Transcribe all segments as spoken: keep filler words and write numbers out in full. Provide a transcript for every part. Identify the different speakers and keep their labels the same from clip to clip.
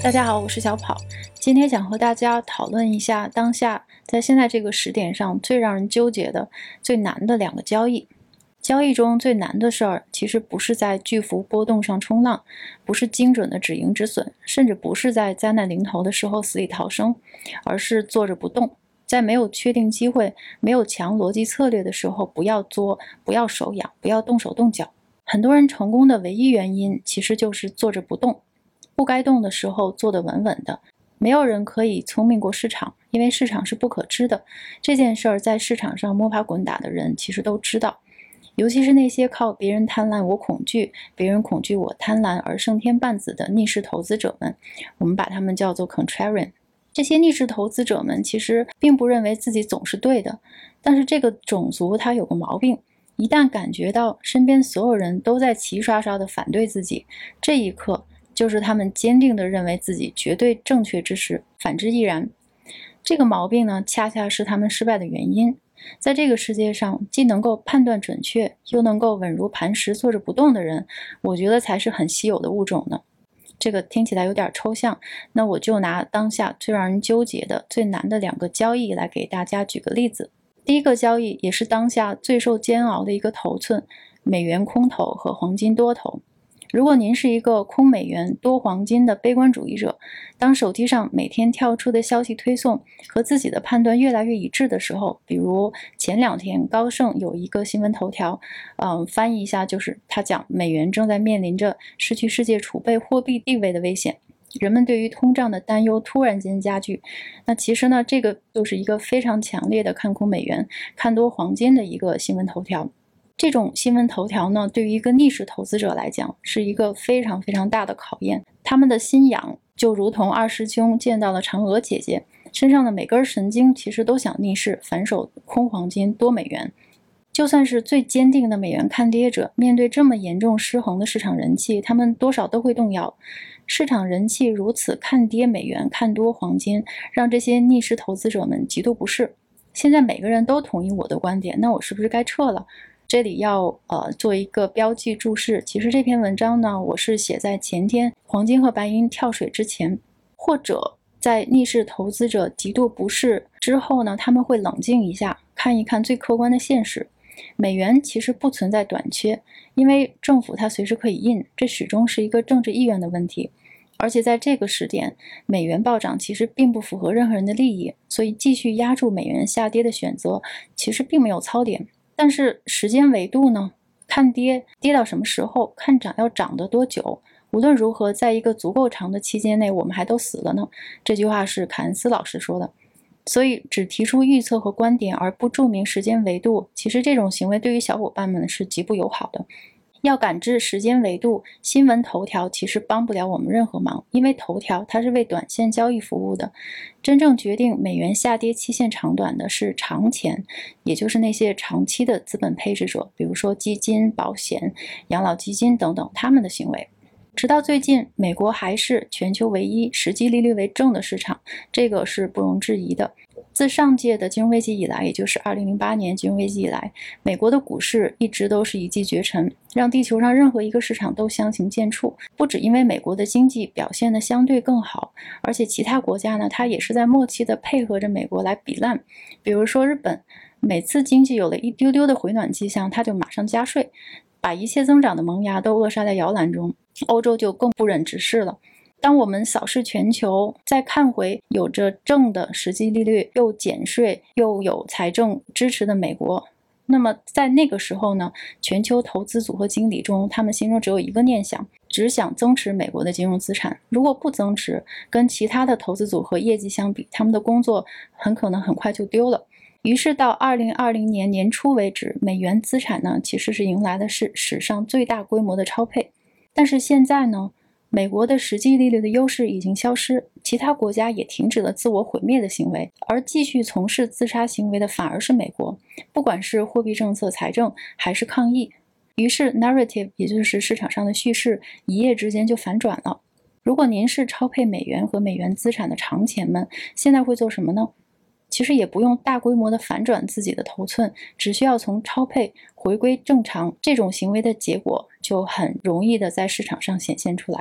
Speaker 1: 大家好，我是小跑。今天想和大家讨论一下当下在现在这个时点上最让人纠结的、最难的两个交易。交易中最难的事儿，其实不是在巨幅波动上冲浪，不是精准的止盈止损，甚至不是在灾难临头的时候死里逃生，而是坐着不动。在没有确定机会、没有强逻辑策略的时候，不要作，不要手痒，不要动手动脚。很多人成功的唯一原因，其实就是坐着不动。不该动的时候坐得稳稳的。没有人可以聪明过市场，因为市场是不可知的。这件事儿在市场上摸爬滚打的人其实都知道，尤其是那些靠别人贪婪我恐惧，别人恐惧我贪婪而胜天半子的逆势投资者们，我们把他们叫做 contrarian。 这些逆势投资者们其实并不认为自己总是对的，但是这个种族它有个毛病，一旦感觉到身边所有人都在齐刷刷的反对自己，这一刻就是他们坚定地认为自己绝对正确之时，反之亦然。这个毛病呢，恰恰是他们失败的原因。在这个世界上，既能够判断准确，又能够稳如磐石坐着不动的人，我觉得才是很稀有的物种呢。这个听起来有点抽象，那我就拿当下最让人纠结的、最难的两个交易来给大家举个例子。第一个交易也是当下最受煎熬的一个头寸，美元空头和黄金多头。如果您是一个空美元多黄金的悲观主义者，当手机上每天跳出的消息推送和自己的判断越来越一致的时候，比如前两天高盛有一个新闻头条，嗯，翻译一下就是他讲美元正在面临着失去世界储备货币地位的危险，人们对于通胀的担忧突然间加剧。那其实呢，这个就是一个非常强烈的看空美元、看多黄金的一个新闻头条。这种新闻头条呢，对于一个逆势投资者来讲，是一个非常非常大的考验。他们的心痒就如同二师兄见到了嫦娥姐姐，身上的每根神经其实都想逆势反手空黄金多美元。就算是最坚定的美元看跌者，面对这么严重失衡的市场人气，他们多少都会动摇。市场人气如此看跌美元看多黄金，让这些逆势投资者们极度不适。现在每个人都同意我的观点，那我是不是该撤了？这里要呃做一个标记注释，其实这篇文章呢，我是写在前天黄金和白银跳水之前，或者在逆势投资者极度不适之后呢，他们会冷静一下，看一看最客观的现实。美元其实不存在短缺，因为政府它随时可以印，这始终是一个政治意愿的问题。而且在这个时点，美元暴涨其实并不符合任何人的利益，所以继续压住美元下跌的选择其实并没有槽点。但是时间维度呢？看跌跌到什么时候？看涨要涨得多久？无论如何，在一个足够长的期间内，我们还都死了呢。这句话是凯恩斯老师说的。所以只提出预测和观点而不注明时间维度，其实这种行为对于小伙伴们是极不友好的。要感知时间维度，新闻头条其实帮不了我们任何忙，因为头条它是为短线交易服务的。真正决定美元下跌期限长短的是长钱，也就是那些长期的资本配置者，比如说基金、保险、养老基金等等，他们的行为。直到最近，美国还是全球唯一实际利率为正的市场，这个是不容置疑的。自上届的金融危机以来，也就是二零零八年金融危机以来，美国的股市一直都是一骑绝尘，让地球上任何一个市场都相形见绌。不只因为美国的经济表现得相对更好，而且其他国家呢，它也是在默契地配合着美国来比烂。比如说日本，每次经济有了一丢丢的回暖迹象，它就马上加税，把一切增长的萌芽都扼杀在摇篮中。欧洲就更不忍直视了。当我们扫视全球，再看回有着正的实际利率，又减税，又有财政支持的美国，那么在那个时候呢，全球投资组合经理中，他们心中只有一个念想，只想增持美国的金融资产。如果不增持，跟其他的投资组合业绩相比，他们的工作很可能很快就丢了。于是到二零二零年年初为止，美元资产呢其实是迎来的是史上最大规模的超配。但是现在呢，美国的实际利率的优势已经消失，其他国家也停止了自我毁灭的行为，而继续从事自杀行为的反而是美国，不管是货币政策、财政还是抗疫。于是 narrative 也就是市场上的叙事一夜之间就反转了。如果您是超配美元和美元资产的长钱们，现在会做什么呢？其实也不用大规模的反转自己的头寸，只需要从超配回归正常，这种行为的结果就很容易的在市场上显现出来。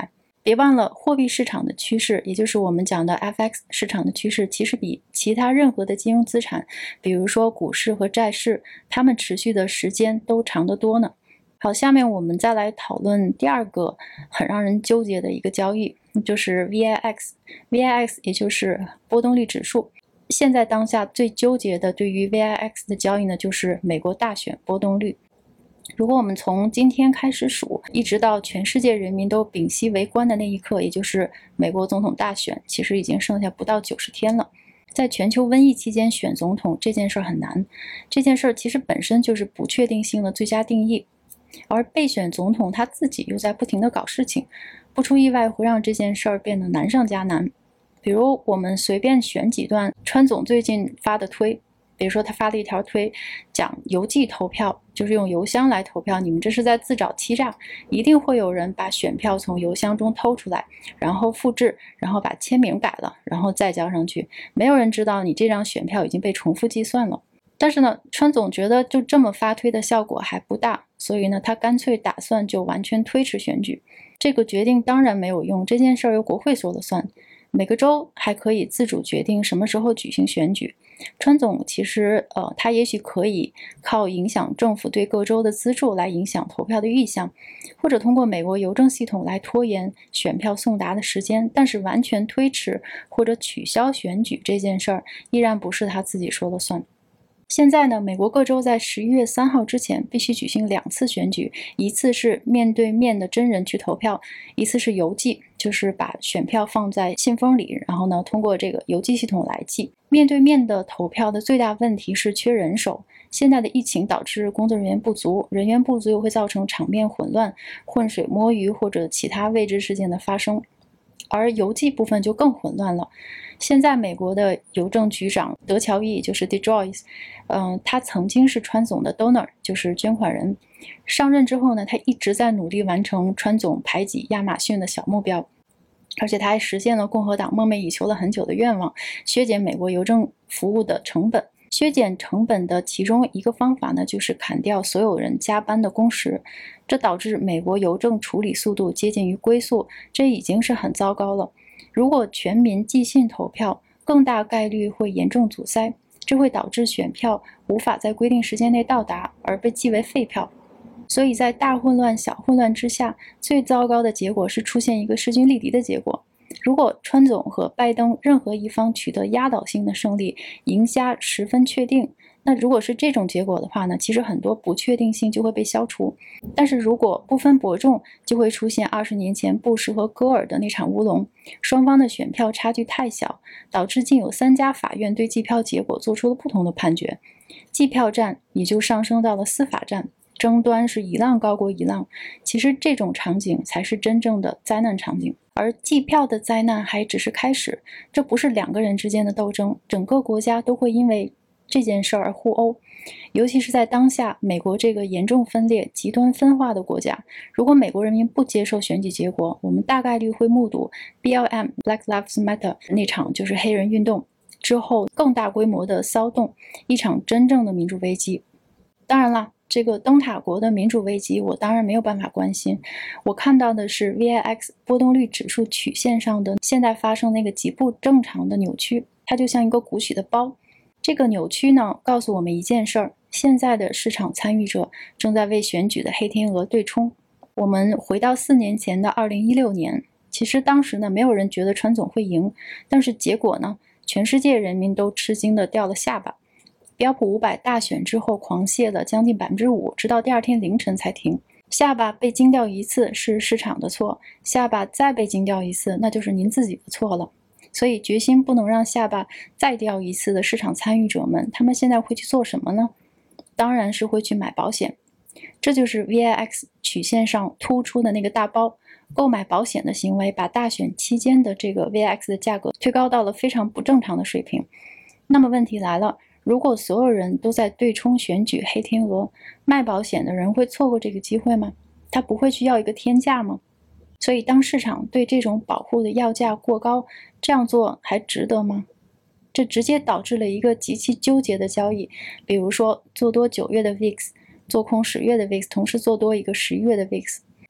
Speaker 1: 别忘了，货币市场的趋势，也就是我们讲的 F X 市场的趋势，其实比其他任何的金融资产，比如说股市和债市，它们持续的时间都长得多呢。好，下面我们再来讨论第二个很让人纠结的一个交易，就是 V I X。V I X 也就是波动率指数。现在当下最纠结的对于 V I X 的交易呢，就是美国大选波动率。如果我们从今天开始数，一直到全世界人民都屏息为观的那一刻，也就是美国总统大选，其实已经剩下不到九十天了。在全球瘟疫期间选总统这件事很难，这件事其实本身就是不确定性的最佳定义，而被选总统他自己又在不停地搞事情，不出意外会让这件事儿变得难上加难。比如我们随便选几段川总最近发的推，比如说他发了一条推讲邮寄投票，就是用邮箱来投票，你们这是在自找欺诈，一定会有人把选票从邮箱中偷出来，然后复制，然后把签名改了，然后再交上去，没有人知道你这张选票已经被重复计算了。但是呢，川总觉得就这么发推的效果还不大，所以呢，他干脆打算就完全推迟选举。这个决定当然没有用，这件事由国会说了算。每个州还可以自主决定什么时候举行选举。川总其实呃，他也许可以靠影响政府对各州的资助来影响投票的意向，或者通过美国邮政系统来拖延选票送达的时间，但是完全推迟或者取消选举这件事儿依然不是他自己说了算。现在呢，美国各州在十一月三号之前必须举行两次选举，一次是面对面的真人去投票，一次是邮寄，就是把选票放在信封里，然后呢，通过这个邮寄系统来寄。面对面的投票的最大问题是缺人手，现在的疫情导致工作人员不足，人员不足又会造成场面混乱、浑水摸鱼或者其他未知事件的发生。而邮寄部分就更混乱了。现在美国的邮政局长德乔伊，就是 DeJoy， 嗯，他曾经是川总的 donor， 就是捐款人。上任之后呢，他一直在努力完成川总排挤亚马逊的小目标，而且他还实现了共和党梦寐以求了很久的愿望，削减美国邮政服务的成本。削减成本的其中一个方法呢，就是砍掉所有人加班的工时，这导致美国邮政处理速度接近于龟速，这已经是很糟糕了。如果全民寄信投票，更大概率会严重阻塞，这会导致选票无法在规定时间内到达，而被记为废票。所以在大混乱小混乱之下，最糟糕的结果是出现一个势均力敌的结果。如果川总和拜登任何一方取得压倒性的胜利，赢家十分确定，那如果是这种结果的话呢，其实很多不确定性就会被消除。但是如果不分伯仲，就会出现二十年前布什和戈尔的那场乌龙，双方的选票差距太小，导致竟有三家法院对计票结果做出了不同的判决，计票战也就上升到了司法战，争端是一浪高过一浪。其实这种场景才是真正的灾难场景。而计票的灾难还只是开始，这不是两个人之间的斗争，整个国家都会因为这件事而互殴。尤其是在当下美国这个严重分裂、极端分化的国家，如果美国人民不接受选举结果，我们大概率会目睹 B L M Black Lives Matter 那场就是黑人运动之后更大规模的骚动，一场真正的民主危机。当然了，这个灯塔国的民主危机我当然没有办法关心，我看到的是 V I X 波动率指数曲线上的现在发生那个极不正常的扭曲，它就像一个鼓起的包。这个扭曲呢，告诉我们一件事儿，现在的市场参与者正在为选举的黑天鹅对冲。我们回到四年前的二零一六年，其实当时呢，没有人觉得川总会赢，但是结果呢，全世界人民都吃惊的掉了下巴。标普五百大选之后狂泻了将近 百分之五， 直到第二天凌晨才停。下巴被惊掉一次是市场的错，下巴再被惊掉一次，那就是您自己的错了。所以决心不能让下巴再掉一次的市场参与者们，他们现在会去做什么呢？当然是会去买保险。这就是 V I X 曲线上突出的那个大包，购买保险的行为把大选期间的这个 V I X 的价格推高到了非常不正常的水平。那么问题来了，如果所有人都在对冲选举黑天鹅，卖保险的人会错过这个机会吗？他不会去要一个天价吗？所以当市场对这种保护的要价过高，这样做还值得吗？这直接导致了一个极其纠结的交易，比如说做多九月的 V I X， 做空十月的 V I X， 同时做多一个十一月的 V I X。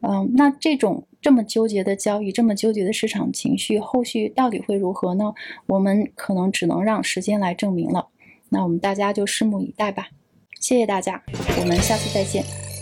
Speaker 1: 嗯，那这种这么纠结的交易，这么纠结的市场情绪，后续到底会如何呢？我们可能只能让时间来证明了。那我们大家就拭目以待吧。谢谢大家，我们下次再见。